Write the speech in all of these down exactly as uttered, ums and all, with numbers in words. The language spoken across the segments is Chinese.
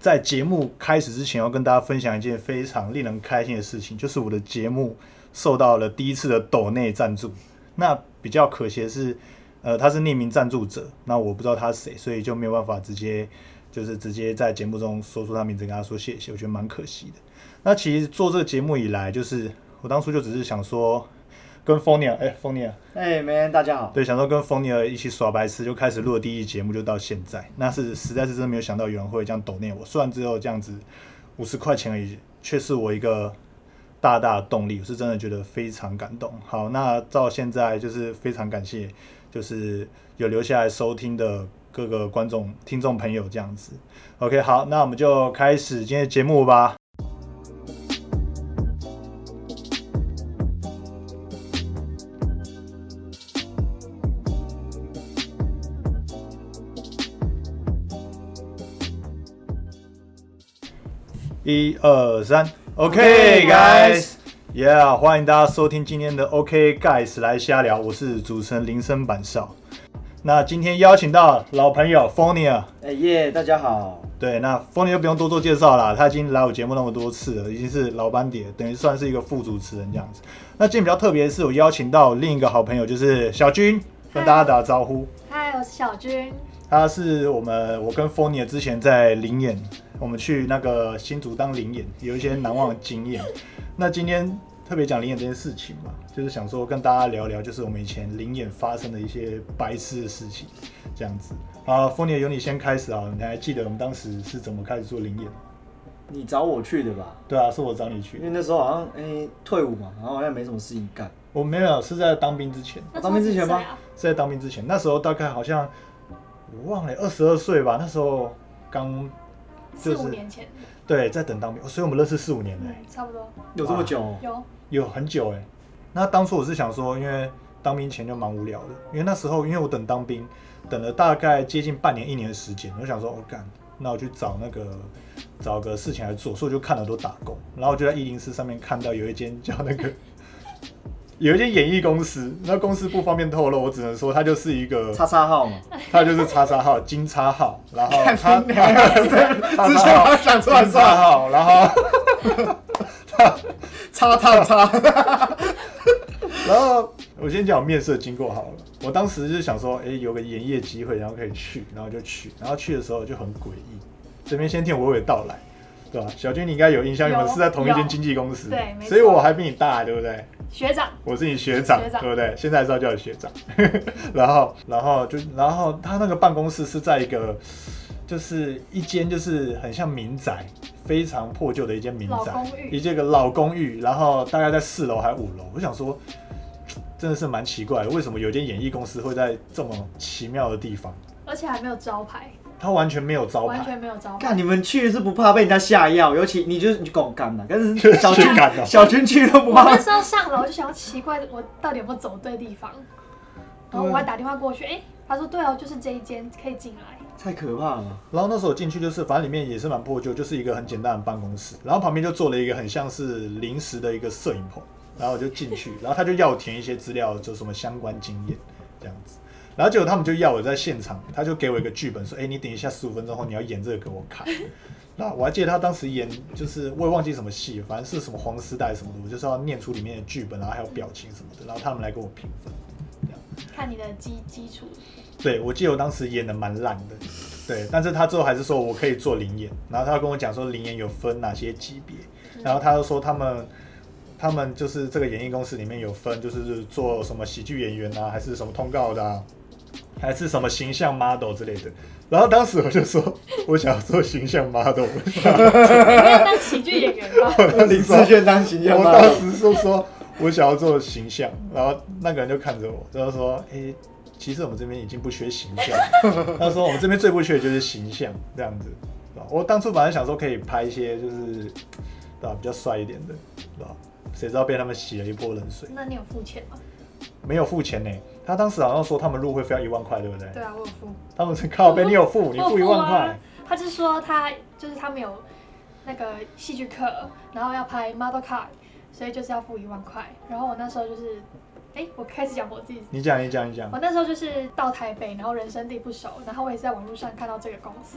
在节目开始之前，要跟大家分享一件非常令人开心的事情，就是我的节目受到了第一次的抖内赞助。那比较可惜的是，呃，他是匿名赞助者，那我不知道他是谁，所以就没有办法直接就是直接在节目中说出他名字，跟他说谢谢，我觉得蛮可惜的。那其实做这个节目以来，就是我当初就只是想说，跟 Fonia， 哎 ，Fonia， 哎，梅恩，大家好。 对，想说跟 Fonia 一起耍白痴，就开始录了第一集节目，就到现在。那是实在是真的没有想到有人会这样抖内我，虽然只有这样子五十块钱而已，却是我一个大大的动力，我是真的觉得非常感动。好，那到现在就是非常感谢，就是有留下来收听的各个观众、听众朋友这样子。OK， 好，那我们就开始今天的节目吧。一二三 ，OK guys，Yeah， 欢迎大家收听今天的 OK guys 来瞎聊，我是主持人林森板少。那今天邀请到老朋友 Fonia， 哎耶，大家好。 对，那 Fonia 就不用多做介绍啦，他已经来我节目那么多次了，已经是老班底了，等于算是一个副主持人这样子。那今天比较特别的是，我邀请到另一个好朋友，就是小军，跟大家打招呼。 嗨，我是小军。 他是我们我跟 Fonia 之前在灵演，我们去那个新竹当灵演，有一些难忘的经验。那今天特别讲灵演这件事情嘛，就是想说跟大家聊聊，就是我们以前灵演发生的一些白痴的事情，这样子。好 ，Fonia 由你先开始啊，你还记得我们当时是怎么开始做灵演？ 你找我去的吧？ 对啊，是我找你去， 因为那时候好像哎、欸、退伍嘛，然后好像没什么事情干。 我没有，是在当兵之前。 那当兵之前吗？ 是在当兵之前，那时候大概好像。我忘了，二十二岁吧，那时候刚就是四五年前， 对，在等当兵，所以我们认识四五年了、欸嗯，差不多。 有这么久、哦？ 有有很久哎、欸。那当初我是想说，因为当兵前就蛮无聊的，因为那时候因为我等当兵，等了大概接近半年一年的时间，我就想说，我、哦、干，那我去找那个找个事情来做，所以我就看了都打工，然后我就在一零四上面看到有一间叫那个。有一间演艺公司，那公司不方便透露，我只能说它就是一个叉叉号嘛， 它就是叉叉号金叉号，然后它之前我想出来金叉号，然后叉叉叉， 然后我先讲面试的经过好了。我当时就是想说，哎、欸，有个演艺机会，然后可以去，然后就去，然后去的时候就很诡异。这边先听我娓娓道来。对吧？小军，你应该有印象，你们是在同一间经纪公司， 对，没错。 所以我还比你大，对不对？ 学长， 我是你学长， 学长对不对？现在还是要叫你学长。然后，然后就，然后他那个办公室是在一个，就是一间就是很像民宅，非常破旧的一间民宅，一间个老公寓，然后大概在四楼还五楼。我想说，真的是蛮奇怪的，为什么有间演艺公司会在这么奇妙的地方？ 而且还没有招牌。 他完全没有招牌， 完全没有招牌。 干，你们去是不怕被人家下药，尤其你就是你拱干的，但是小军小军去都不怕。 我那时候上楼就想要奇怪，我到底有没有走对地方？然后我还打电话过去，哎、欸，他说对哦，就是这一间可以进来。 太可怕了。 然后那时候进去就是，反正里面也是蛮破旧，就是一个很简单的办公室，然后旁边就做了一个很像是临时的一个摄影棚，然后我就进去，然后他就要我填一些资料，就什么相关经验这样子。然后结果他们就要我在现场，他就给我一个剧本，说：“哎、欸，你等一下十五分钟后你要演这个给我看。”那我还记得他当时演，就是我也忘记什么戏，反正是什么黄丝带什么的，我就是要念出里面的剧本，然后还有表情什么的，然后他们来给我评分，这样。 看你的基基础。 对，我记得我当时演的蛮烂的，对，但是他最后还是说我可以做灵演，然后他跟我讲说灵演有分哪些级别，然后他又说他们。他们就是这个演艺公司里面有分，就是做什么喜剧演员啊，还是什么通告的啊，还是什么形象 model 之类的。然后当时我就说，我想要做形象 model。 你要当喜剧演员吗？ 李志炫当形象 model。 我当时就说我想要做形象，然后那个人就看着我，然后说：“哎、欸，其实我们这边已经不缺形象。”他说：“我们这边最不缺的就是形象这样子。”我当初本来想说可以拍一些就是，对吧，比较帅一点的，对吧？谁知道被他们洗了一波冷水。 那你有付钱吗？ 没有付钱呢。他当时好像说他们入会费要一万块，对不对？ 对啊，我有付。 他们是靠背，你有付，你付一万块、啊。 他就说他就是他们有那个戏剧课，然后要拍 model card， 所以就是要付一万块。然后我那时候就是，哎，我开始讲我自己。 你讲，你讲，你讲。 我那时候就是到台北，然后人生地不熟，然后我也是在网络上看到这个公司，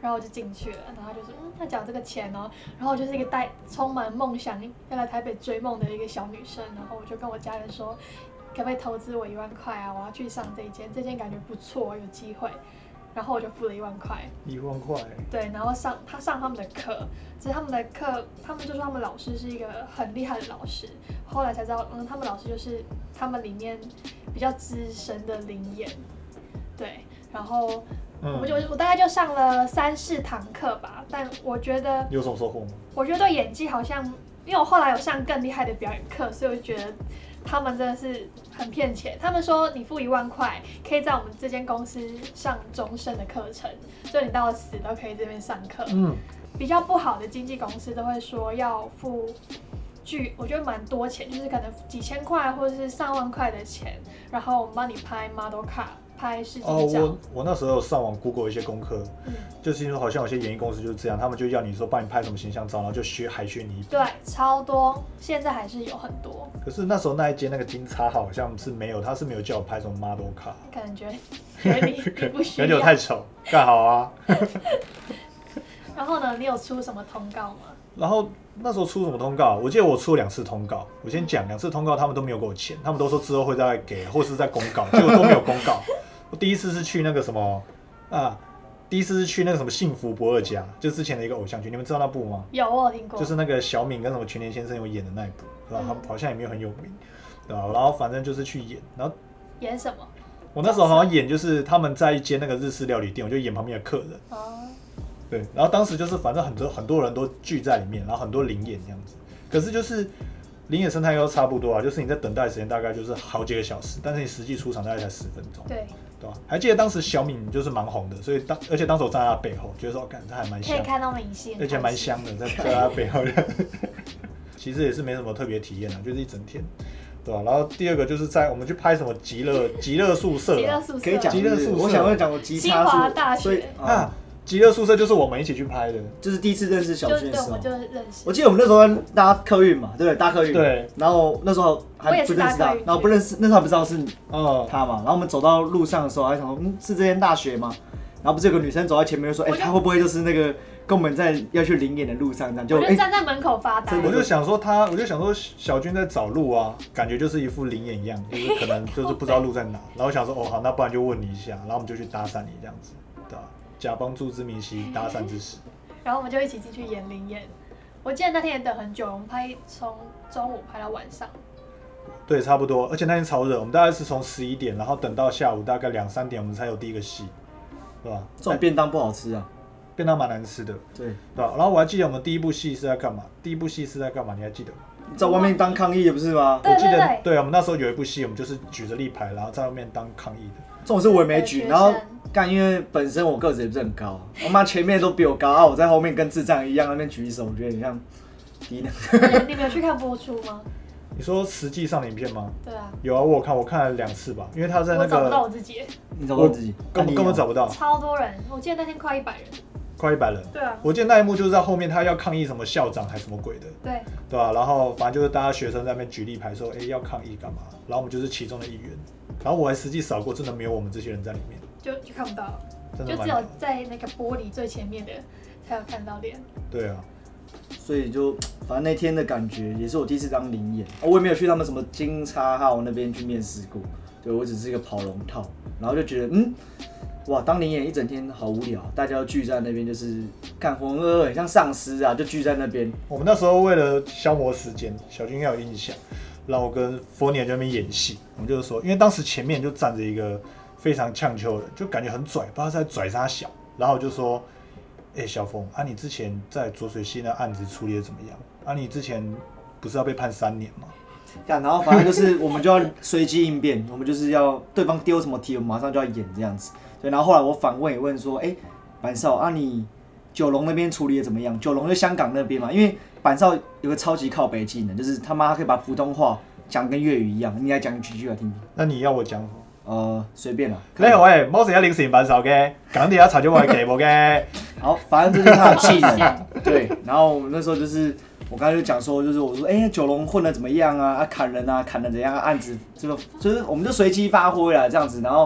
然后我就进去了，然后他就说，嗯，要缴这个钱哦。然后我就是一个带充满梦想要来台北追梦的一个小女生，然后我就跟我家人说，可不可以投资我一万块啊？我要去上这一间，这间感觉不错，有机会。然后我就付了一万块。 一万块。 对，然后上他上他们的课，其实他们的课，他们就说他们老师是一个很厉害的老师。后来才知道，嗯，他们老师就是他们里面比较资深的灵演。对，然后。嗯、我就我大概就上了三四堂课吧，但我觉得有什么收获吗？ 我觉得对演技好像，因为我后来有上更厉害的表演课，所以我就觉得他们真的是很骗钱。他们说你付一万块，可以在我们这间公司上终身的课程，就你到死都可以这边上课。嗯，比较不好的经纪公司都会说要付巨，我觉得蛮多钱，就是可能几千块或者是上万块的钱，然后我们帮你拍 model 卡。拍试镜照。 哦，我我那时候有上网 Google 一些功课，嗯、就是因为好像有些演艺公司就是这样，他们就要你说帮你拍什么形象照，然后就学海选你一笔。 对，超多，现在还是有很多。 可是那时候那一间那个金叉好像是没有，他是没有叫我拍什么 model 卡。 可能觉得觉得你你不需要， 感觉我太丑，干好啊。 然后呢，你有出什么通告吗？ 然后那时候出什么通告？我记得我出了两次通告。我先讲两次通告，他们都没有给我钱，他们都说之后会再给，或是在公告，结果都没有公告。我第一次是去那个什么啊，第一次是去那个什么幸福不二家，就之前的一个偶像剧，你们知道那部吗？ 有，我有听过。 就是那个小敏跟什么全联先生有演的那一部，然后好像也没有很有名，对吧？然后反正就是去演，然后演什么？ 我那时候好像演就是他们在一间那个日式料理店，我就演旁边的客人。哦。对，然后当时就是反正很多很多人都聚在里面，然后很多灵演这样子。可是就是灵演生态都差不多啊，就是你在等待时间大概就是好几个小时，但是你实际出场大概才十分钟。 对。 对吧？还记得当时小敏就是蛮红的，所以当而且当时我站在她背后，觉得说，干这还蛮香， 可以看到明星， 而且蛮香的，在在她背后。其实也是没什么特别体验啊，就是一整天，对吧？然后第二个就是在我们去拍什么极乐极乐宿舍， 极乐宿舍可以讲极乐宿舍， 我想要讲我极清华大学啊。极乐宿舍就是我们一起去拍的， 就是第一次认识小轩的时候， 我们就认识。 我记得我们那时候搭客运嘛，对不对？搭客运。 对。 然后那时候还不认识他，然后不认识，那时候还不知道是他嘛。然后我们走到路上的时候，还想说，嗯，是这间大学吗？然后不是有个女生走在前面就说，哎，他会不会就是那个跟我们在要去灵演的路上这样？ 就我就站在门口发呆。 我就想说他，我就想说小军在找路啊，感觉就是一副灵演一样，就是可能就是不知道路在哪。然后我想说，哦好，那不然就问你一下，然后我们就去搭讪你这样子，对吧？假帮助之名兮搭讪之实。 然后我们就一起进去演灵演。我记得那天也等很久，我们拍从中午拍到晚上。 对，差不多。而且那天超热，我们大概是从十一点，然后等到下午大概两三点，我们才有第一个戏，对吧？ 这种便当不好吃啊， 便当蛮难吃的。 对， 对吧？然后我还记得我们第一部戏是在干嘛？第一部戏是在干嘛？你还记得吗？ 在外面当抗议的不是吗？ 对对对。 我记得，对，我们那时候有一部戏，我们就是举着立牌，然后在外面当抗议的。 这种事我也没举，然后干，因为本身我个子也不是很高，我妈前面都比我高啊，我在后面跟智障一样那边举手，我觉得很像低能。 你没有去看播出吗？ 你说实际上的影片吗？ 对啊。 有啊，我有看，我看了两次吧，因为他在那个。 我找不到我自己。 你找不到自己？ 根本根本找不到。 超多人，我记得那天快一百人。 快一百人。 对啊。 我记得那一幕就是在后面，他要抗议什么校长还是什么鬼的。 对。 对吧、啊？然后反正就是大家学生在那边举立牌说，哎、欸，要抗议干嘛？然后我们就是其中的一员。然后我还实际扫过，真的没有我们这些人在里面， 就就看不到，就只有在那个玻璃最前面的才有看到脸。 对啊， 所以就反正那天的感觉也是我第一次当灵演，我也没有去他们什么金叉号那边去面试过，对我只是一个跑龙套，然后就觉得嗯，哇，当灵演一整天好无聊，大家都聚在那边就是看浑浑噩噩，很像丧尸啊，就聚在那边。 我们那时候为了消磨时间，小军应该有印象。然后我跟佛尼在那边演戏，我们就是说，因为当时前面就站着一个非常呛秋的，就感觉很拽，不知道在拽啥小。然后我就说，哎、欸，小峰，啊，你之前在浊水溪那案子处理的怎么样？啊，你之前不是要被判三年吗？ 然后反正就是我们就要随机应变，我们就是要对方丢什么题，我们马上就要演这样子。对，然后后来我反问也问说，哎、欸，板少啊，你九龙那边处理的怎么样？九龙就香港那边嘛，因为板少有个超级靠北技能，就是他妈可以把普通话讲跟粤语一样。你来讲几句来听听。 那你要我讲什么？ 呃，随便啦。 你好诶，冇成日領成板手嘅，講啲一查咗我嘅冇嘅。 好，反正这就是他的技能。对，然后我们那时候就是我刚才就讲说，就是我说，哎、欸，九龙混得怎么样啊？啊，砍人啊，砍得怎样、啊？案子这个就是我们就随机发挥啦，这样子，然后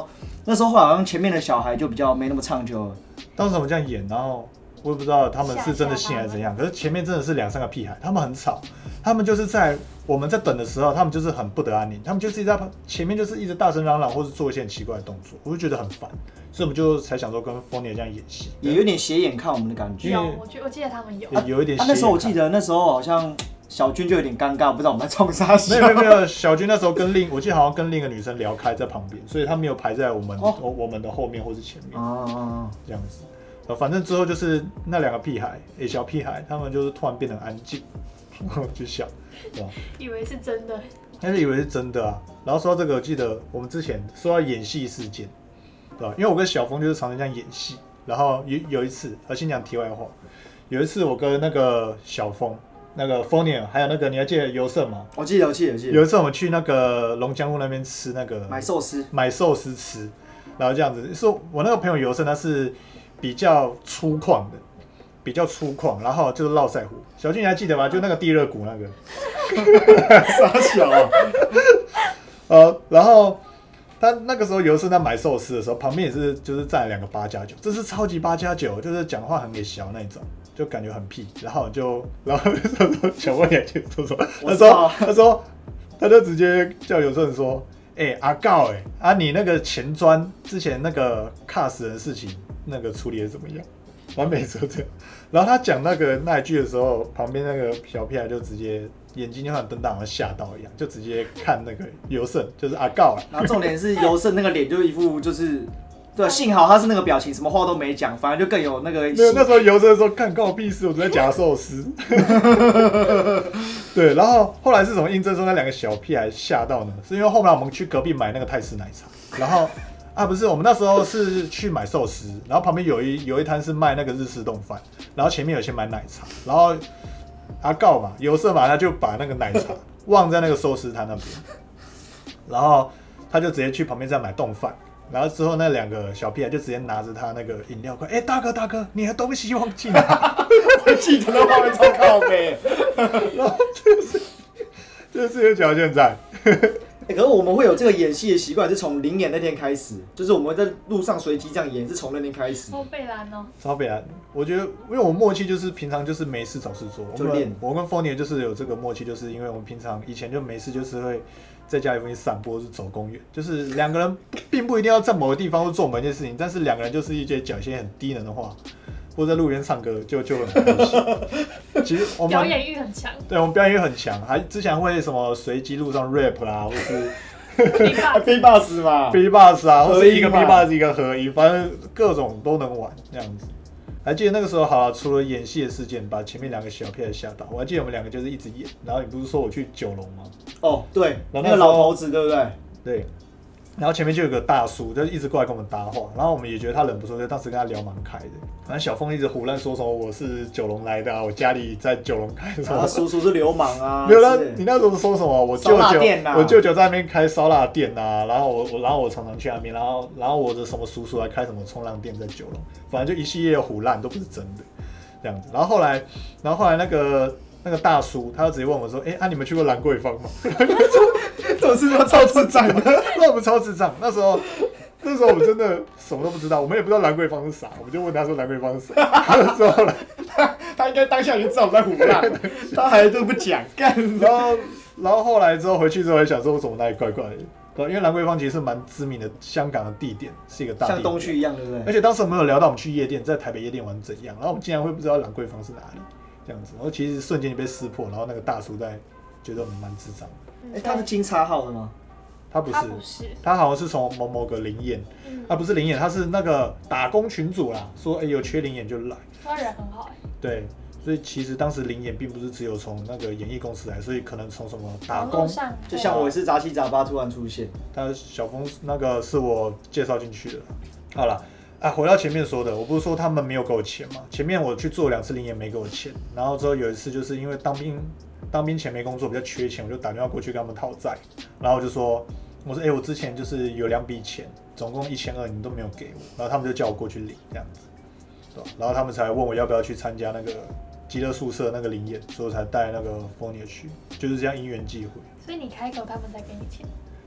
那时候后来好像前面的小孩就比较没那么唱究了。 当时我们这样演，然后我也不知道他们是真的信还是怎样，可是前面真的是两三个屁孩，他们很吵，他们就是在我们在等的时候，他们就是很不得安宁，他们就是一直在前面就是一直大声嚷嚷，或是做一些很奇怪的动作，我就觉得很烦，所以我们就才想说跟 Fournier 这样演戏， 也有点斜眼看我们的感觉。 有，我记我记得他们有， 有有一点斜眼看。 啊，那时候我记得那时候好像小军就有点尴尬，不知道我们在冲啥笑。 没有没有没有，小军那时候跟另我记得好像跟另一个女生聊开在旁边，所以他没有排在我们、哦、我们的后面或是前面，哦、这样子。反正之后就是那两个屁孩，欸、小屁孩，他们就是突然变得安静，就笑，对吧？ 以为是真的， 但是以为是真的啊。然后说到这个，我记得我们之前说到演戏事件，对吧？因为我跟小峰就是常常这样演戏，然后有有一次，我先讲题外话，有一次我跟那个小峰、那个 Fournier 还有那个你还记得尤胜吗？ 我记得，我记得，我记得。 有一次我们去那个龙江路那边吃那个买寿司， 买寿司吃，然后这样子说，我那个朋友尤胜他是比较粗犷的，比较粗犷，然后就是络腮胡。小俊你还记得吗？就那个地热骨那个，傻小啊。呃，然后他那个时候尤胜在买寿司的时候，旁边也是就是站了两个八加九，这是超级八加九，就是讲话很给小那一种，就感觉很屁。然后就然后就说小问你去说说，他说他说他就直接叫尤胜说，哎、欸、阿告哎、欸、啊你那个前专之前那个卡死人的事情。那个处理的怎么样？完美说这样，然后他讲那个那一句的时候，旁边那个小屁孩就直接眼睛就像灯大，好像吓到一样，就直接看那个尤胜，就是阿告、啊。 然后重点是尤胜那个脸就一副就是，对，幸好他是那个表情，什么话都没讲，反而就更有那个。 没有，那时候尤胜说看关我屁事，我只在夹寿司。对，然后后来是什么印证说那两个小屁孩吓到呢？是因为后来我们去隔壁买那个泰式奶茶，然后。啊，不是，我们那时候是去买寿司，然后旁边有一有一摊是卖那个日式冻饭，然后前面有些买奶茶，然后阿告嘛，有色嘛，他就把那个奶茶忘在那个寿司摊那边，然后他就直接去旁边再买冻饭，然后之后那两个小屁孩就直接拿着他那个饮料罐，哎、欸，大哥大哥，你的东西忘记拿，我记得的画面超靠北，然后这个是这个事情讲到现在。 欸、可是我们会有这个演戏的习惯，是从临演那天开始，就是我们在路上随机这样演，是从那天开始。 超北蓝哦， 超北蓝。我觉得，因为我默契就是平常就是没事找事做， 就练。 我跟 Fournier 就是有这个默契，就是因为我们平常以前就没事，就是会在家里附近散步，或是走公园，就是两个人并不一定要在某个地方或做某一件事情，但是两个人就是一些讲一些很低能的话，或者在路边唱歌就就很开心。其实我们表演欲很强， 对我们表演欲很强，还之前会什么随机路上 rap 啦，或是 B-box 嘛 ，B-box 啊，或是一个 B-box 一个合音，反正各种都能玩这样子。还记得那个时候，好了，除了演戏的事件把前面两个小屁孩吓到，我还记得我们两个就是一直演。然后你不是说我去九龙吗？ 哦，对，那个老头子，对不对？ 对。然后前面就有个大叔，就一直过来跟我们搭话，然后我们也觉得他人不错，就当时跟他聊蛮开的。反正小峰一直胡乱说什么我是九龙来的啊，我家里在九龙开什么， 啊，叔叔是流氓啊。 没有啦，你那时候说什么？我舅舅， 啊、 我舅舅在那边开烧腊店啊，然后我我然后我常常去那边，然后然后我的什么叔叔还开什么冲浪店在九龙，反正就一系列的胡乱都不是真的这样子。然后后来，然后后来那个那个大叔他就直接问我说：“哎、欸，啊你们去过兰桂坊吗？”这种事情超智障的，那我们超智障。那时候，那时候我们真的什么都不知道，我们也不知道兰桂坊是啥，我们就问他说兰桂坊是啥。之后来，他他应该当下就知道我在胡乱，他还都不讲干。然后，然后后来之后回去之后，还想说我怎么哪里怪怪的。对，因为兰桂坊其实是蛮知名的香港的地点，是一个大地点， 像东区一样，对不对？ 而且当时我们有聊到我们去夜店，在台北夜店玩怎样，然后我们竟然会不知道兰桂坊是哪里，这样子。然后其实瞬间就被识破，然后那个大叔在觉得我们蛮智障的。 哎、欸，他是金叉号的吗？ 他不是， 他不是， 他好像是从某某个灵眼，嗯、啊不是灵眼，他是那个打工群组啦，说哎、欸、有缺灵眼就来。 他人很好哎、欸。 对，所以其实当时灵眼并不是只有从那个演艺公司来，所以可能从什么打工， 就像我也是杂七杂八突然出现。 他小峰那个是我介绍进去的。好了。啊，回到前面说的，我不是说他们没有给我钱嘛？前面我去做两次灵眼没给我钱，然后之后有一次就是因为当兵，当兵前没工作比较缺钱，我就打电话过去跟他们讨债，然后我就说，我说哎、欸，我之前就是有两笔钱，总共一千二，你们都没有给我，然后他们就叫我过去领这样子，对吧？然后他们才问我要不要去参加那个极乐宿舍那个灵眼，所以我才带那个 Fournier 去，就是这样因缘际会。 所以你开口，他们才给你钱。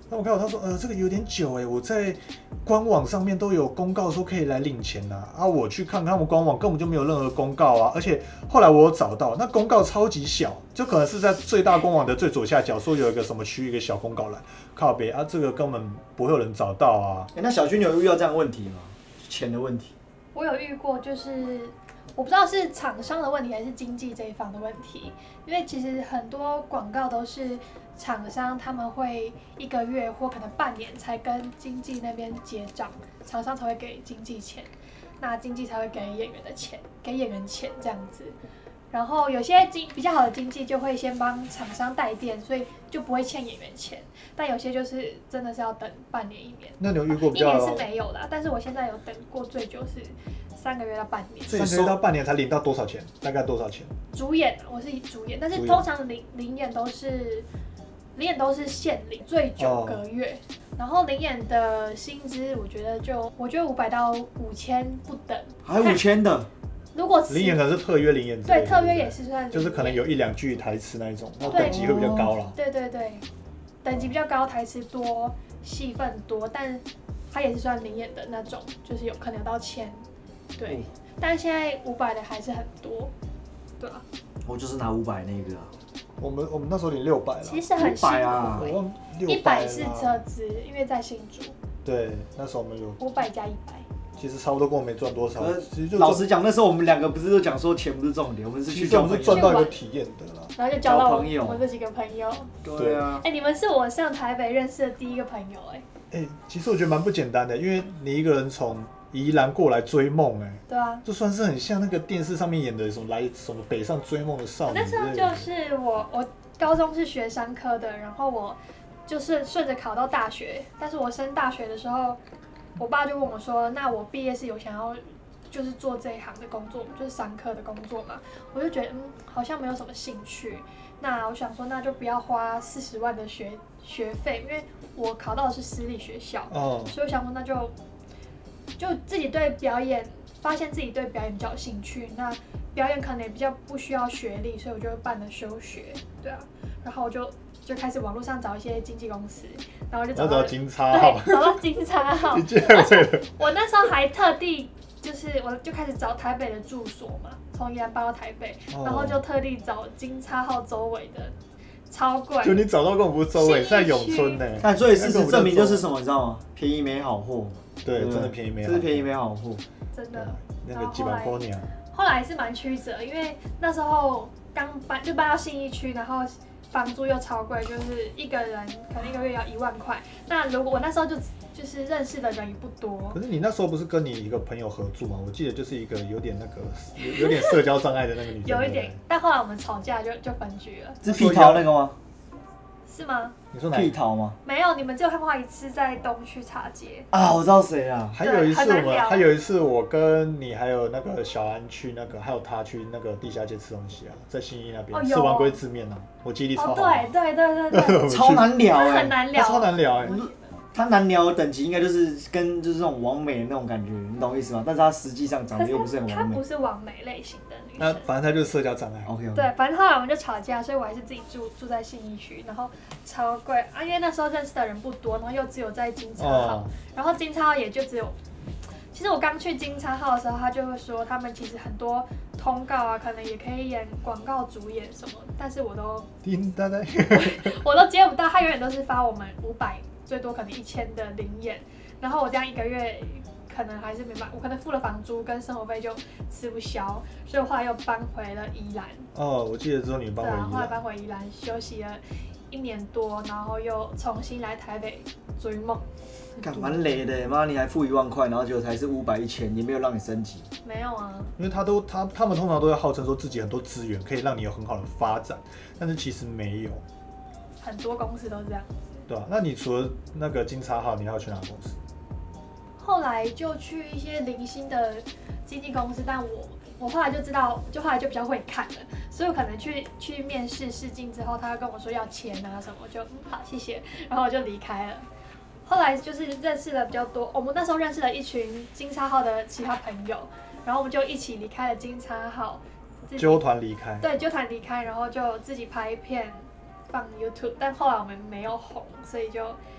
那我看到他说，呃，这个有点久哎，我在官网上面都有公告说可以来领钱呐、啊，啊，我去看看他们官网根本就没有任何公告啊，而且后来我有找到，那公告超级小，就可能是在最大官网的最左下角说有一个什么区域一个小公告栏，靠北啊，这个根本不会有人找到啊。 哎、欸，那小军你有遇到这样的问题吗？钱的问题？ 我有遇过，就是我不知道是厂商的问题还是经济这一方的问题，因为其实很多广告都是厂商他们会一个月或可能半年才跟经纪那边结账，厂商才会给经纪钱，那经纪才会给演员的钱，给演员钱这样子。然后有些经比较好的经纪就会先帮厂商代垫，所以就不会欠演员钱。但有些就是真的是要等半年一年。 那你有遇过比较？ 一年是没有啦，但是我现在有等过最久是三个月到半年。 三个月到半年才领到多少钱？大概多少钱？ 主演啊，我是主演，但是通常领领演都是领演都是现领最九个月，哦、然后领演的薪资我觉得就我觉得五百到五千不等， 还五千的。 如果领演可能是特约领演， 对，特约也是算， 就是可能有一两句台词那一种，那等级会比较高啦。 对对对，等级比较高，台词多，戏份多，但它也是算领演的那种，就是有可能有到千，对。嗯、但现在五百的还是很多，对啊。 我就是拿五百那个、啊。 我们我们那时候领六百了， 其实很辛苦、欸。 啊、我忘一百是车资，因为在新竹。 对，那时候我们有五百加一百。 其实差不多跟我没赚多少。其实就老实讲，那时候我们两个不是都讲说钱不是重点，我们是去交朋友， 是赚到一个体验的啦。 然后就交到我们这几个朋友。 对啊。 哎、欸，你们是我上台北认识的第一个朋友哎、 欸。哎、欸，其实我觉得蛮不简单的，因为你一个人从宜兰过来追梦，哎。 对啊。 就算是很像那个电视上面演的什么来什么北上追梦的少女。 那时候就是我，我高中是学商科的，然后我就是顺着考到大学，但是我升大学的时候。我爸就问我说：“那我毕业是有想要，就是做这一行的工作，就是商科的工作嘛？”我就觉得嗯，好像没有什么兴趣。那我想说，那就不要花四十万的学学费，因为我考到的是私立学校，哦、所以我想说，那就就自己对表演，发现自己对表演比较有兴趣。那表演可能也比较不需要学历，所以我就办了休学，对啊，然后我就。就开始网络上找一些经纪公司，然后就找到金叉号， 对，找到金叉号。我那时候还特地就是我就开始找台北的住所嘛，从宜兰搬到台北，哦、然后就特地找金叉号周围的，超贵。 就你找到根本不是周围，是在永春呢。 但所以事实证明就是什么，你知道吗？便宜没好货。 对，真的便宜没好货。 这是便宜没好货。 真的。 那个几万块年。 后来是蛮曲折，因为那时候刚搬就搬到信义区，然后。房租又超贵，就是一个人可能一个月要一万块。那如果我那时候就就是认识的人也不多。 可是你那时候不是跟你一个朋友合住吗？我记得就是一个有点那个有有点社交障碍的那个女生。 有一点，但后来我们吵架就就分居了。 是屁桃那个吗？ 是吗？ 你说哪屁桃吗？ 没有，你们只有看过一次在东区茶街啊，我知道谁啊。 还有一次我们，还有一次我跟你还有那个小安去那个，还有他去那个地下街吃东西啊，在信义那边、哦、吃完龟字面啊，我记忆力超好。 哦，对对对对对， 超难聊哎、欸， 很难聊， 超难聊哎、欸。 他难聊的等级应该就是跟就是这种完美的那种感觉，你懂我意思吗？但是他实际上长得又不是很完美。 他不是完美类型的女生。 那反正他就是社交障碍。 OK, okay. 对，反正后来我们就吵架，所以我还是自己住住在信义区，然后超贵啊，因为那时候认识的人不多，然后又只有在金叉号，哦、然后金叉号也就只有。其实我刚去金叉号的时候，他就会说他们其实很多通告啊，可能也可以演广告主演什么，但是我都叮当当， 我都接不到，他永远都是发我们五百。最多可能一千的零演，然后我这样一个月可能还是没办法，我可能付了房租跟生活费就吃不消，所以我后来又搬回了宜兰。 哦，我记得之后你搬回宜兰。 对啊，后来搬回宜兰休息了一年多，然后又重新来台北追梦。 干蛮累的，妈，你还付一万块，然后结果才是五百一千，也没有让你升级。 没有啊， 因为他都他他们通常都会号称说自己很多资源可以让你有很好的发展，但是其实没有。 很多公司都这样子。 对啊，那你除了那个金叉号，你还要去哪个公司？ 后来就去一些零星的经纪公司，但我我后来就知道，就后来就比较会看了，所以我可能去去面试试镜之后，他跟我说要签啊什么，我就嗯好谢谢，然后我就离开了。后来就是认识了比较多，我们那时候认识了一群金叉号的其他朋友，然后我们就一起离开了金叉号， 纠团离开。 对，纠团离开，然后就自己拍片。放 YouTube， 但后来我们没有红，所以就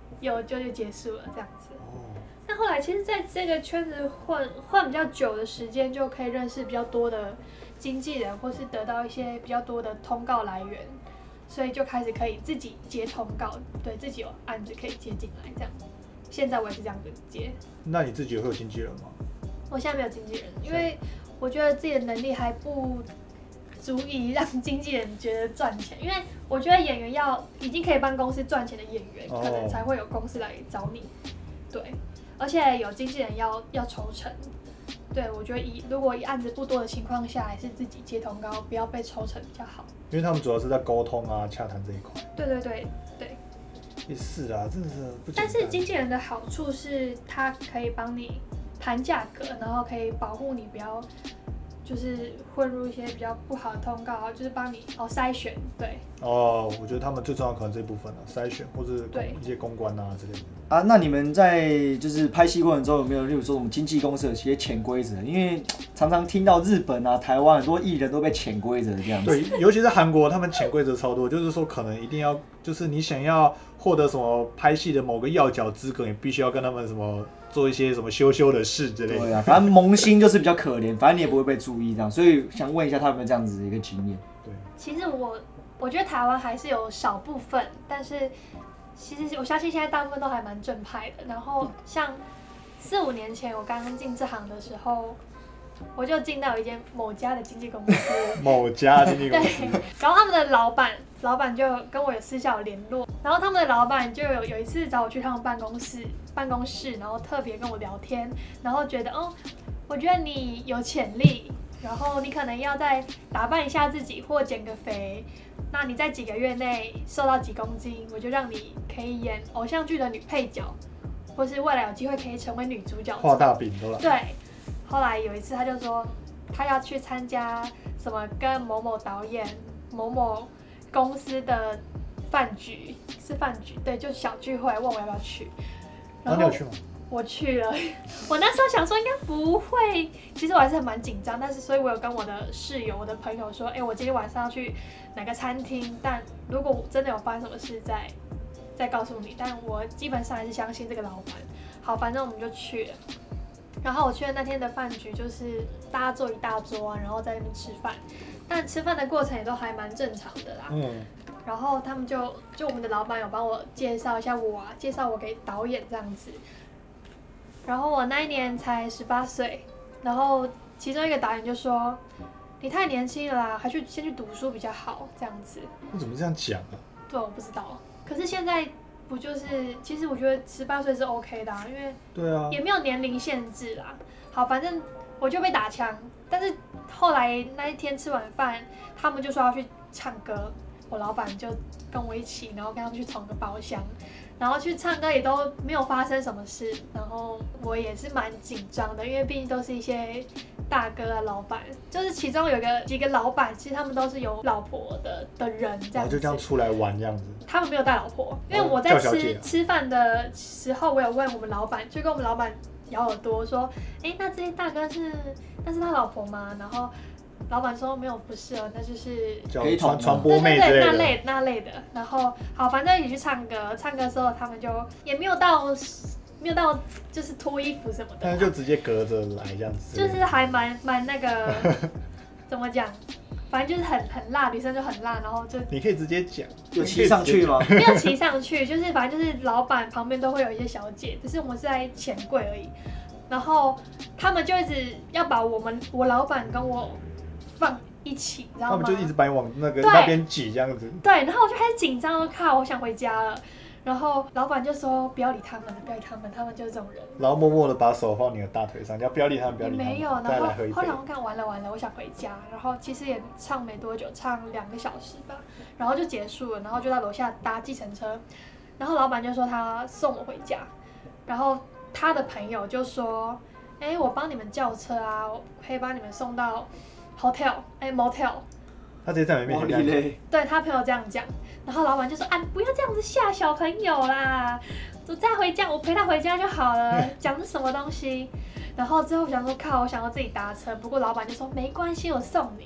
有就就结束了这样子。 哦， 那后来其实在这个圈子混混比较久的时间，就可以认识比较多的经纪人，或是得到一些比较多的通告来源，所以就开始可以自己接通告，对自己有案子可以接进来这样。现在我也是这样子接。 那你自己会有经纪人吗？ 我现在没有经纪人，因为我觉得自己的能力还不足以让经纪人觉得赚钱，因为我觉得演员要已经可以帮公司赚钱的演员， 哦可能才会有公司来找你。对，而且有经纪人要要抽成。对，我觉得以如果以案子不多的情况下，还是自己接通告，不要被抽成比较好。 因为他们主要是在沟通啊、洽谈这一块。 对对对对。 也是啊，真的是不简单。 但是经纪人的好处是，他可以帮你谈价格，然后可以保护你不要就是混入一些比较不好的通告，就是帮你哦筛选。对。 哦，我觉得他们最重要可能这部分啊，筛选或者对一些公关啊之类的。 啊，那你们在就是拍戏过程中有没有，例如说我们经纪公司有些潜规则？因为常常听到日本啊、台湾很多艺人都被潜规则这样子。 对，尤其是韩国，他们潜规则超多，就是说可能一定要，就是你想要获得什么拍戏的某个要角资格，你必须要跟他们什么做一些什么羞羞的事之类的。 对啊，反正萌新就是比较可怜，反正你也不会被注意这样，所以想问一下他有没有这样子的一个经验？ 对， 其实我我觉得台湾还是有少部分，但是其实我相信现在大部分都还蛮正派的。然后像四五年前我刚进这行的时候，我就进到一间某家的经纪公司， 某家经纪公司， 对，然后他们的老板，老板就跟我有私下有联络，然后他们的老板就有有一次找我去他们办公室，办公室，然后特别跟我聊天，然后觉得哦，我觉得你有潜力，然后你可能要再打扮一下自己或减个肥，那你在几个月内瘦到几公斤，我就让你可以演偶像剧的女配角，或是未来有机会可以成为女主角。 画大饼都来。 对。后来有一次，他就说他要去参加什么跟某某导演、某某公司的饭局，是饭局，对，就小聚会，问我要不要去。 然后你有去吗？ 我去了，我那时候想说应该不会，其实我还是很蛮紧张，但是所以我有跟我的室友、我的朋友说，哎、欸，我今天晚上要去哪个餐厅，但如果真的有发生什么事再再告诉你，但我基本上还是相信这个老板。好，反正我们就去了。然后我去的那天的饭局就是大家坐一大桌啊，然后在那边吃饭，但吃饭的过程也都还蛮正常的啦。 嗯。 然后他们就就我们的老板有帮我介绍一下我啊，介绍我给导演这样子。然后我那一年才十八岁，然后其中一个导演就说：“你太年轻了啦，还去先去读书比较好。”这样子。 你怎么这样讲啊？ 对，我不知道。可是现在。不就是，其实我觉得十八岁是 OK 的、啊，因为对啊，也没有年龄限制啦。好，反正我就被打枪，但是后来那一天吃完饭，他们就说要去唱歌，我老板就跟我一起，然后跟他们去同个包厢，然后去唱歌也都没有发生什么事，然后我也是蛮紧张的，因为毕竟都是一些大哥啊、老板，就是其中有一个几个老板，其实他们都是有老婆的的人这样子， 就这样出来玩这样子。 他们没有带老婆，因为我在吃、 哦啊、 吃饭的时候，我有问我们老板，就跟我们老板咬耳朵说，哎、欸，那这些大哥是那是他老婆吗？然后老板说没有，不是哦，那就是黑传传播妹之类的， 对对对，那类那类的。然后好，反正一起去唱歌，唱歌之后他们就也没有到没有到就是脱衣服什么的， 但是就直接隔着来这样子， 就是还蛮蛮那个怎么讲？反正就是很很辣，女生就很辣，然后就你可以直接讲， 有骑上去吗？ 没有骑上去，就是反正就是老板旁边都会有一些小姐，只是我们是在钱柜而已。然后他们就一直要把我们我老板跟我放一起，你知道吗？ 他们就一直把你往那个那边挤这样子。 对，然后我就开始紧张，靠，我想回家了。然后老板就说不要理他们，不要理他们，他们就是这种人。 然后默默的把手放你的大腿上，你要不要理他们，不要理他们。 没有，然后后来我看完了完了，我想回家，然后其实也唱没多久，唱两个小时吧，然后就结束了，然后就到楼下搭计程车，然后老板就说他送我回家，然后他的朋友就说，哎，我帮你们叫车啊，我可以帮你们送到 hotel， 哎 motel。 他直接在你面前这样， 对他朋友这样讲，然后老板就说：“啊，不要这样子吓小朋友啦，我再回家，我陪他回家就好了。”讲的什么东西？然后之后想说靠，我想要自己搭车，不过老板就说没关系，我送你。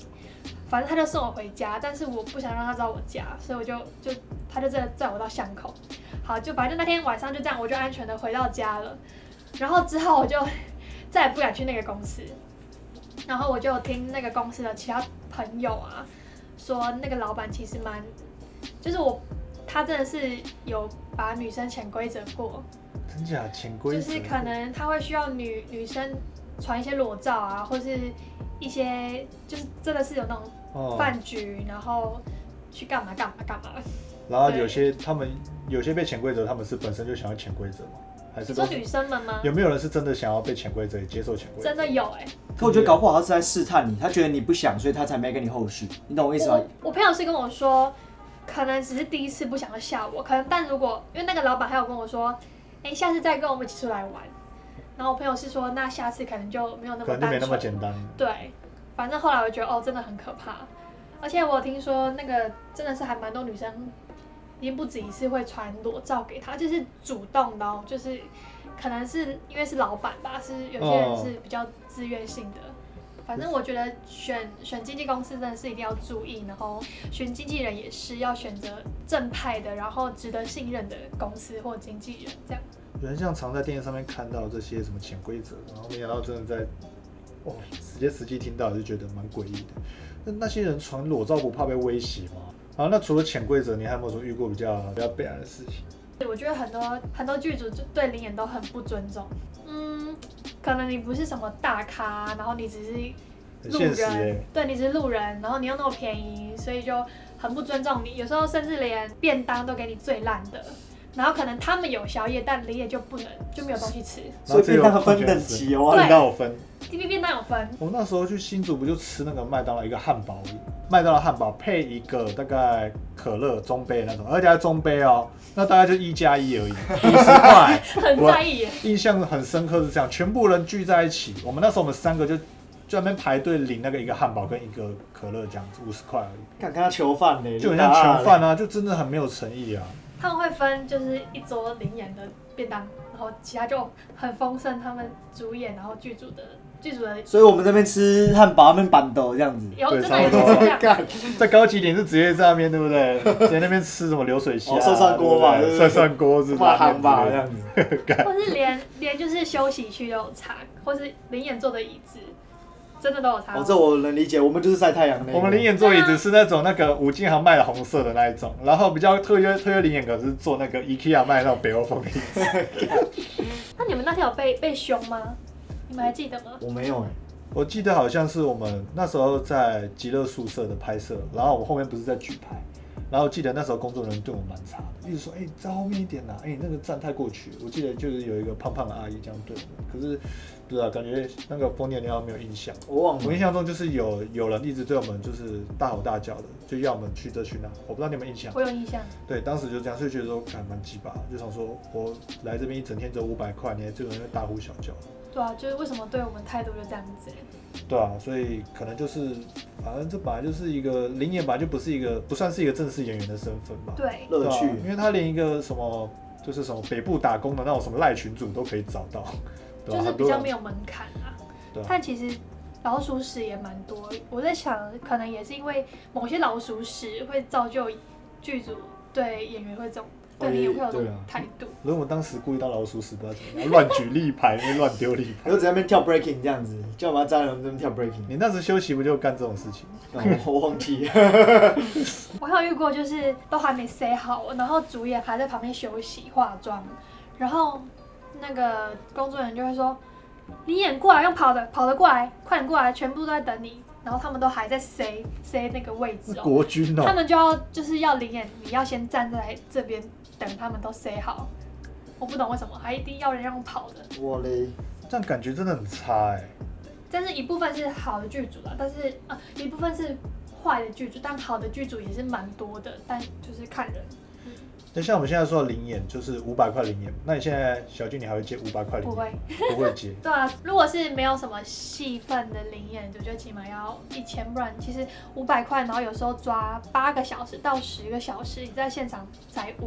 反正他就送我回家，但是我不想让他知道我家，所以我就就他就真的载我到巷口。好，就反正那天晚上就这样，我就安全的回到家了。然后之后我就再也不敢去那个公司。然后我就听那个公司的其他朋友啊说，那个老板其实蛮，就是我他真的是有把女生潜规则过。 真假潜规则？ 就是可能他会需要女女生传一些裸照啊，或是一些就是真的是有那种饭局，哦、然后去干嘛干嘛干嘛。 然后有些他们有些被潜规则，他们是本身就想要潜规则吗？还是说女生们吗？ 有没有人是真的想要被潜规则，也接受潜规则？ 真的有哎、欸。 可我觉得搞不好他是在试探你，他觉得你不想，所以他才没跟你后续。你懂我意思吗？ 我, 我朋友是跟我说，可能只是第一次不想要吓我，可能但如果因为那个老板还有跟我说，哎、欸，下次再跟我们一起出来玩。然后我朋友是说，那下次可能就没有那么单纯， 可能就没那么简单。 对，反正后来我觉得哦，真的很可怕。而且我听说那个真的是还蛮多女生，已经不止一次会传裸照给他，就是主动的哦，就是可能是因为是老板吧，是有些人是比较自愿性的。哦、反正我觉得选选经纪公司真的是一定要注意，然后选经纪人也是要选择正派的，然后值得信任的公司或经纪人这样。 人像常在电视上面看到这些什么潜规则，然后没想到真的在，哦，直接实际听到就觉得蛮诡异的。那那些人传裸照不怕被威胁吗？好，那除了潜规则，你还有没有说遇过比较比较悲哀的事情？ 我觉得很多很多剧组对林演都很不尊重。嗯，可能你不是什么大咖，然后你只是路人，对，你只是路人，然后你又那么便宜，所以就很不尊重你。有时候甚至连便当都给你最烂的。然后可能他们有宵夜，但林也就不能，就没有东西吃。 所以便当分等级哦， 便当有分 ，T V 便当有分。 我那时候去新竹不就吃那个麦当劳一个汉堡而已，麦当劳汉堡配一个大概可乐中杯的那种，而且还中杯哦，那大概就一加一而已，五十块。 很在意耶。 印象很深刻是这样，全部人聚在一起，我们那时候我们三个就专门排队领那个一个汉堡跟一个可乐这样子，五十块而已。 看看他囚犯呢， 就很像囚犯啊，就真的很没有诚意啊。 他们会分就是一桌零演的便当，然后其他就很丰盛，他们主演然后剧组的剧组的。 所以我们这边吃汉堡，那边板豆这样子。 有真的有这样。 再高级点是直接在那边对不对？直接那边吃什么流水席、啊、 涮涮锅嘛， 涮涮锅是吧？汉堡这样子。 或是连连就是休息区都有茶，或是零演坐的椅子。真的都有差。 哦，这我能理解，我们就是晒太阳那个。 我们零演座椅子是那种那个五金行卖的红色的那一种，然后比较特约特约零演可是做那个 IKEA 卖的那种北欧风的椅子。 那你们那天有被被凶吗？你们还记得吗？ 我没有哎、欸， 我记得好像是我们那时候在极乐宿舍的拍摄，然后我们后面不是在举牌。然后我记得那时候工作人员对我蛮差的，一直说：“哎、欸，在后面一点啦，哎、欸，那个站太过去了。”我记得就是有一个胖胖的阿姨这样对我们，可是不知道感觉那个丰年你好像没有印象。 我忘了。 我印象中就是有有人一直对我们就是大吼大叫的，就要我们去这去那。我不知道你有没有印象？ 我有印象。对， 当时就这样，就觉得说还蛮鸡巴，就想说我来这边一整天只有五百块，你还这个人大呼小叫。 对啊，就是为什么对我们态度就这样子？ 对啊，所以可能就是，反正这本来就是一个零演，本来就不是一个不算是一个正式演员的身份吧。 对， 乐趣、啊， 因为他连一个什么就是什么北部打工的那种什么赖群主都可以找到， 对啊、就是比较没有门槛啊。 对啊。 但其实老鼠屎也蛮多，我在想，可能也是因为某些老鼠屎会造就剧组对演员会这种。对你也会有这种态度。 如果我们当时故意当老鼠屎，不知道怎么样，乱举立牌，那边乱丢立牌， 我就在那边跳 breaking 这样子，叫我们站在我们这边跳 breaking。 你那时休息不就干这种事情？ 我我忘记。 我还有遇过，就是都还没 say 好，然后主演还在旁边休息化妆，然后那个工作人员就会说：“你演过来，用跑的，跑得过来，快点过来，全部都在等你。”然后他们都还在塞塞那个位置哦， 国军哦， 他们就要就是要领演，你要先站在这边等他们都塞好。我不懂为什么还一定要人让跑的。 我嘞， 这样感觉真的很差哎。 但是一部分是好的剧组啦，但是啊一部分是坏的剧组，但好的剧组也是蛮多的，但就是看人。 那像我们现在说的零演就是五百块零演，那你现在小俊你还会接五百块零演？ 不会， 不会接。 对啊，如果是没有什么戏份的零演，我觉得起码要一千，不然其实五百块，然后有时候抓八个小时到十个小时，你在现场才五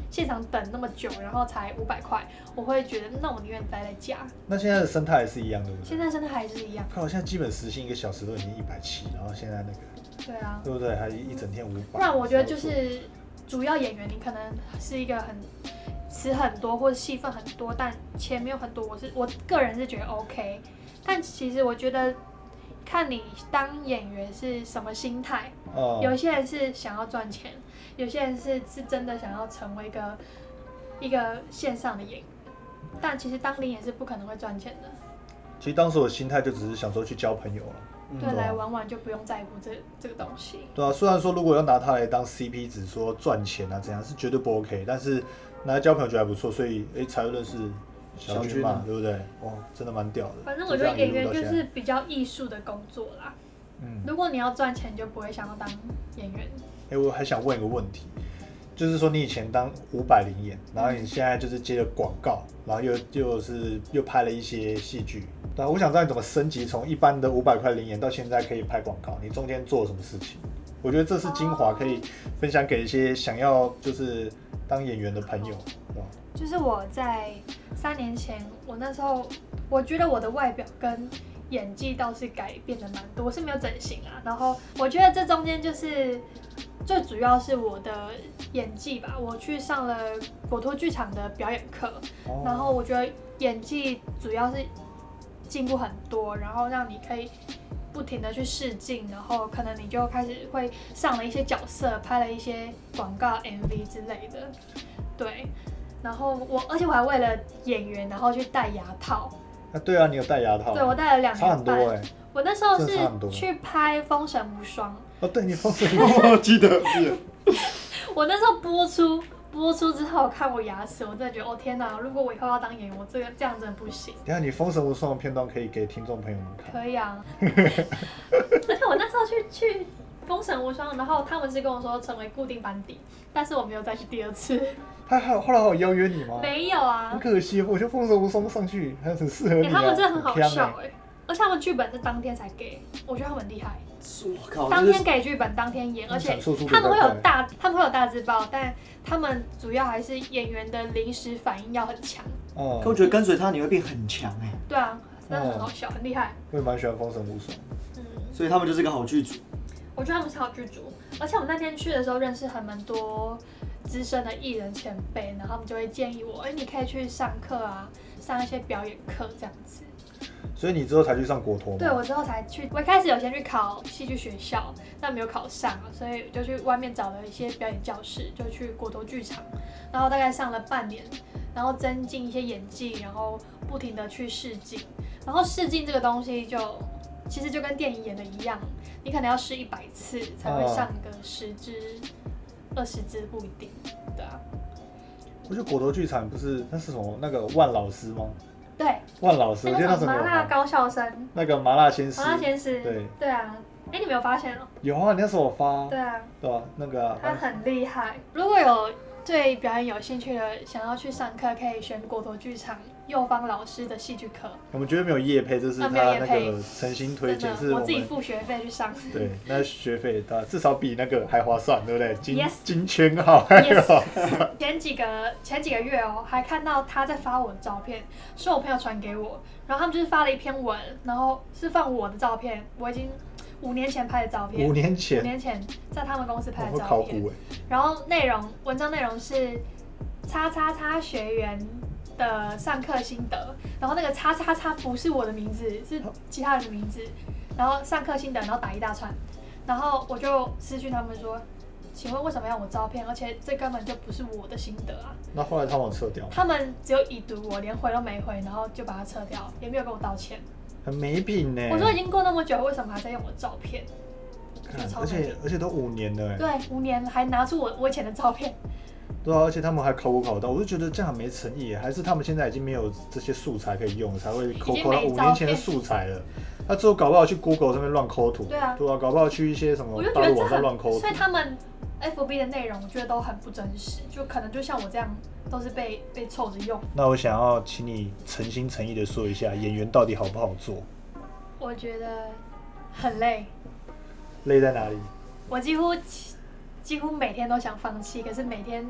现场等那么久，然后才五百块，我会觉得那我宁愿待在家。 那现在的生态也是一样的，对不对？ 现在生态还是一样。 看我现在基本时薪一个小时都已经一百七，然后现在那个， 对啊， 对不对？还一整天五百。 不然我觉得就是主要演员，你可能是一个很词很多或者戏份很多，但钱没有很多，我是我个人是觉得 OK。但其实我觉得看你当演员是什么心态， 哦、 有些人是想要赚钱，有些人是是真的想要成为一个一个线上的演员，但其实当领也是不可能会赚钱的。 其实当时我的心态就只是想说去交朋友了。 对，来玩玩就不用在乎这这个东西。 对啊，虽然说如果要拿它来当 C P 值，说赚钱啊怎样是绝对不 OK， 但是拿来交朋友觉得还不错，所以哎才会认识小军嘛，对不对？哇，真的蛮屌的。 反正我觉得演员就是比较艺术的工作啦。嗯，如果你要赚钱，你就不会想要当演员。 哎，我还想问一个问题，就是说你以前当五百零演，然后你现在就是接了广告，然后又又是又拍了一些戏剧。对啊，我想知道你怎么升级，从一般的五百块零演到现在可以拍广告，你中间做了什么事情？我觉得这是精华，可以分享给一些想要就是当演员的朋友，对吧？ 就是我在三年前，我那时候我觉得我的外表跟演技倒是改变的蛮多，我是没有整形啊。然后我觉得这中间就是最主要是我的演技吧，我去上了果陀剧场的表演课，哦、然后我觉得演技主要是进步很多，然后让你可以不停的去试镜，然后可能你就开始会上了一些角色，拍了一些广告 M V 之类的，对。然后我，而且我还为了演员，然后去戴牙套。 啊，对啊，你有戴牙套。 对，我戴了两年半。 差很多哎、欸。 我那时候是去拍《封神无双》。 哦，对，你《封神无双》记得记得。 我那时候播出播出之后，看我牙齿，我真的觉得，哦天哪！如果我以后要当演员，我这个这样真的不行。 等一下，你《封神无双》的片段可以给听众朋友们看。 可以啊。而且我那时候去去《封神无双》，然后他们是跟我说成为固定班底，但是我没有再去第二次。 他还有后来还有邀约你吗？ 没有啊， 很可惜，我觉得《封神无双》上去还很适合你、啊欸。他们真的很好笑哎、欸，而且他们剧本是当天才给，我觉得他们很厉害。 我靠！ 当天给剧本，当天演，而且他们会有大，他们会有大字报，但他们主要还是演员的临时反应要很强。 哦。可我觉得跟随他你会变很强哎、欸。 对啊，真的很好笑，哦、很厉害。 我也蛮喜欢《封神无双》。 嗯。所以他们就是个好剧组。 我觉得他们是好剧组，而且我那天去的时候认识很蛮多资深的艺人前辈，然后他们就会建议我，哎、欸，你可以去上课啊，上一些表演课这样子。 所以你之后才去上果陀吗？ 对，我之后才去。我一开始有先去考戏剧学校，但没有考上，所以就去外面找了一些表演教室，就去果陀剧场，然后大概上了半年，然后增进一些演技，然后不停的去试镜，然后试镜这个东西就其实就跟电影演的一样，你可能要试一百次才会上个十支、二十支不一定，对啊。 我觉得果陀剧场不是那是什么那个万老师吗？ 对， 万老师，我记得那时候麻辣高校生， 那个麻辣鲜师， 麻辣鲜师， 对， 对啊，哎、欸，你没有发现哦？ 有啊，你那时候我发， 对啊， 对啊，那个、啊、 他很厉害。如果有对表演有兴趣的，想要去上课，可以选果陀剧场右方老师的戏剧课。 我们绝对没有业配，这是他那个诚心推荐，是我自己付学费去上。 对，那学费的至少比那个还划算，对不对？金、 yes. 金圈好，还有。 Yes. 前几个前几个月哦，还看到他在发我的照片，是我朋友传给我，然后他们就是发了一篇文，然后是放我的照片，我已经五年前拍的照片。 五年前。 五年前在他们公司拍的照片。 考古哎。 然后内容文章内容是叉叉叉学员的上课心得，然后那个叉叉叉不是我的名字，是其他人的名字，然后上课心得，然后打一大串，然后我就私讯他们说，请问为什么要我照片？而且这根本就不是我的心得啊！ 那后来他们有撤掉？ 他们只有已读我，连回都没回，然后就把它撤掉，也没有跟我道歉。 很没品呢！ 我说已经过那么久，为什么还在用我的照片？ 而且而且都五年了哎。 对，五年还拿出我我以前的照片。 对啊，而且他们还考古考到，我就觉得这样很没诚意，还是他们现在已经没有这些素材可以用，才会抠抠到五年前的素材了。他之后搞不好去 Google 上面乱抠图， 对啊， 对啊，搞不好去一些什么大陆网站乱抠图。 所以他们 F B 的内容，我觉得都很不真实，就可能就像我这样，都是被被凑着用。 那我想要请你诚心诚意的说一下，演员到底好不好做？ 我觉得很累。 累在哪里？ 我几乎几乎每天都想放弃，可是每天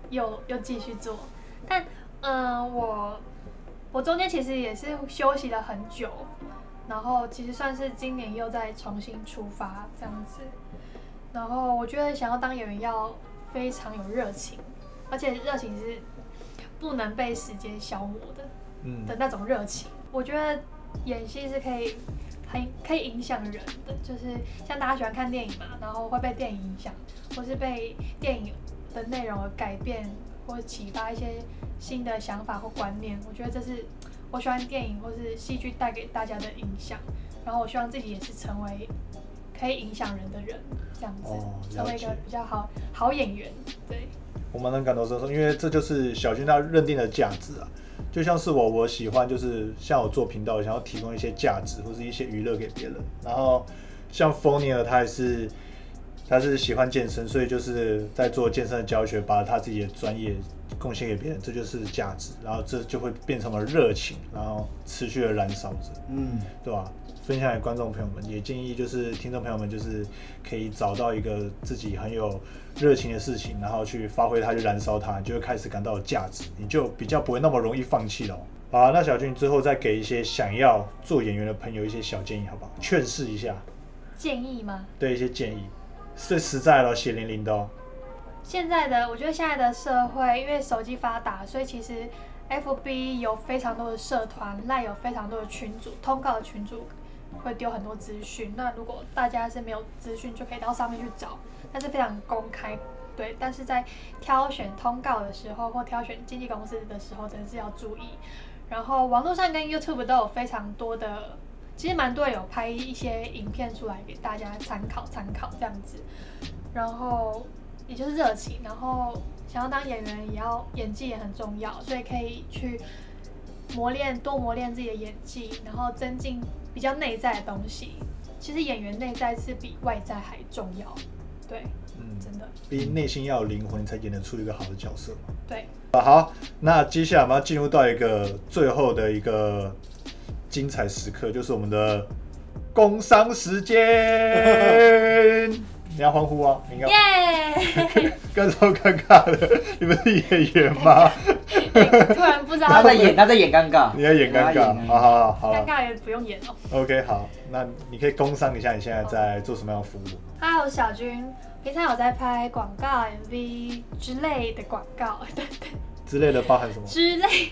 又又继续做。但嗯、呃，我我中间其实也是休息了很久，然后其实算是今年又再重新出发这样子。然后我觉得想要当演员要非常有热情，而且热情是不能被时间消磨的，嗯的那种热情。我觉得演戏是可以很可以影响人的，就是像大家喜欢看电影嘛，然后会被电影影响，或是被电影的内容而改变或启发一些新的想法或观念。我觉得这是我喜欢电影或是戏剧带给大家的影响，然后我希望自己也是成为可以影响人的人，这样子、哦、成为一个比较好好演员。对， 我蛮能感同身受，因为这就是小军他认定的价值啊。就像是我，我喜欢就是像我做频道，想要提供一些价值或是一些娱乐给别人。然后像 Fonier 他也是他是喜欢健身，所以就是在做健身的教学，把他自己的专业贡献给别人，这就是价值。然后这就会变成了热情，然后持续的燃烧着，嗯，对吧？分享给观众朋友们，也建议就是听众朋友们，就是可以找到一个自己很有热情的事情，然后去发挥它，去燃烧它，你就会开始感到有价值，你就比较不会那么容易放弃了。好啊，那小俊最后再给一些想要做演员的朋友一些小建议，好不好？劝示一下。 建议吗？ 对，一些建议，最实在了，血淋淋的哦。 现在的我觉得现在的社会，因为手机发达，所以其实 F B 有非常多的社团，赖有非常多的群组，通告的群组会丢很多资讯。那如果大家是没有资讯，就可以到上面去找，但是非常公开。对，但是在挑选通告的时候，或挑选经纪公司的时候，真的是要注意。然后网络上跟 YouTube 都有非常多的，其实蛮多人有拍一些影片出来给大家参考参考这样子。然后也就是热情，然后想要当演员也要演技也很重要，所以可以去磨练，多磨练自己的演技，然后增进比较内在的东西。其实演员内在是比外在还重要，对，嗯，真的。 毕竟内心要有灵魂，才演得出一个好的角色嘛。 对。 好，那接下来我们要进入到一个最后的一个精彩时刻，就是我们的工商时间。你要欢呼啊！你要。耶！刚超尴尬的，你们是演员吗？ 突然不知道他在演，他在演尴尬。 你在演尴尬，好好好好。 尴尬也不用演哦。 OK， 好，那你可以工商一下你现在在做什么样的服务？ 嗨，我小军，平常有在拍广告、M V 之类的广告，对对。 之类的包含什么？ 之类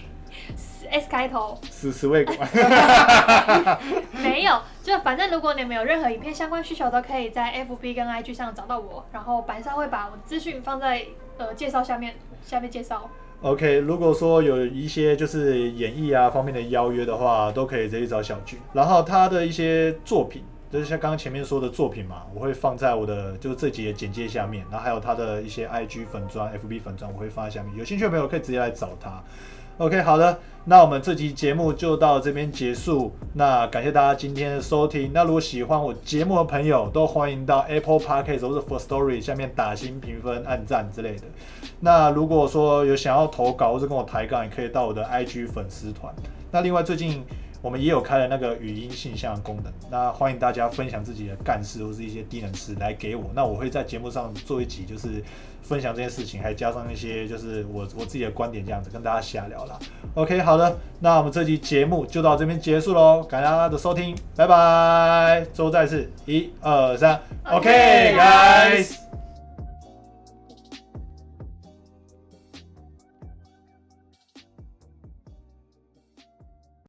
，S 开头。 十十位广。 没有，就反正如果你们有任何影片相关需求，都可以在 F B 跟 I G 上找到我，然后板上会把我资讯放在呃介绍下面，下面介绍。 OK， 如果说有一些就是演艺啊方面的邀约的话，都可以直接找小俊。然后他的一些作品，就是像刚刚前面说的作品嘛，我会放在我的就是这集的简介下面，然后还有他的一些 I G 粉专、F B 粉专，我会放在下面。有兴趣的朋友可以直接来找他。OK， 好的，那我们这期节目就到这边结束。那感谢大家今天的收听。那如果喜欢我节目的朋友，都欢迎到 Apple Podcast 或者 Firstory 下面打星、评分、按赞之类的。那如果说有想要投稿或者跟我抬杠，也可以到我的 I G 粉丝团。那另外最近我们也有开了那个语音信箱的功能，那欢迎大家分享自己的干事或是一些低能事来给我，那我会在节目上做一集，就是分享这件事情，还加上一些就是我我自己的观点，这样子跟大家瞎聊啦。OK， 好的，那我们这期节目就到这边结束喽，感谢大家的收听，拜拜，最后再次，一二三 ，OK， guys。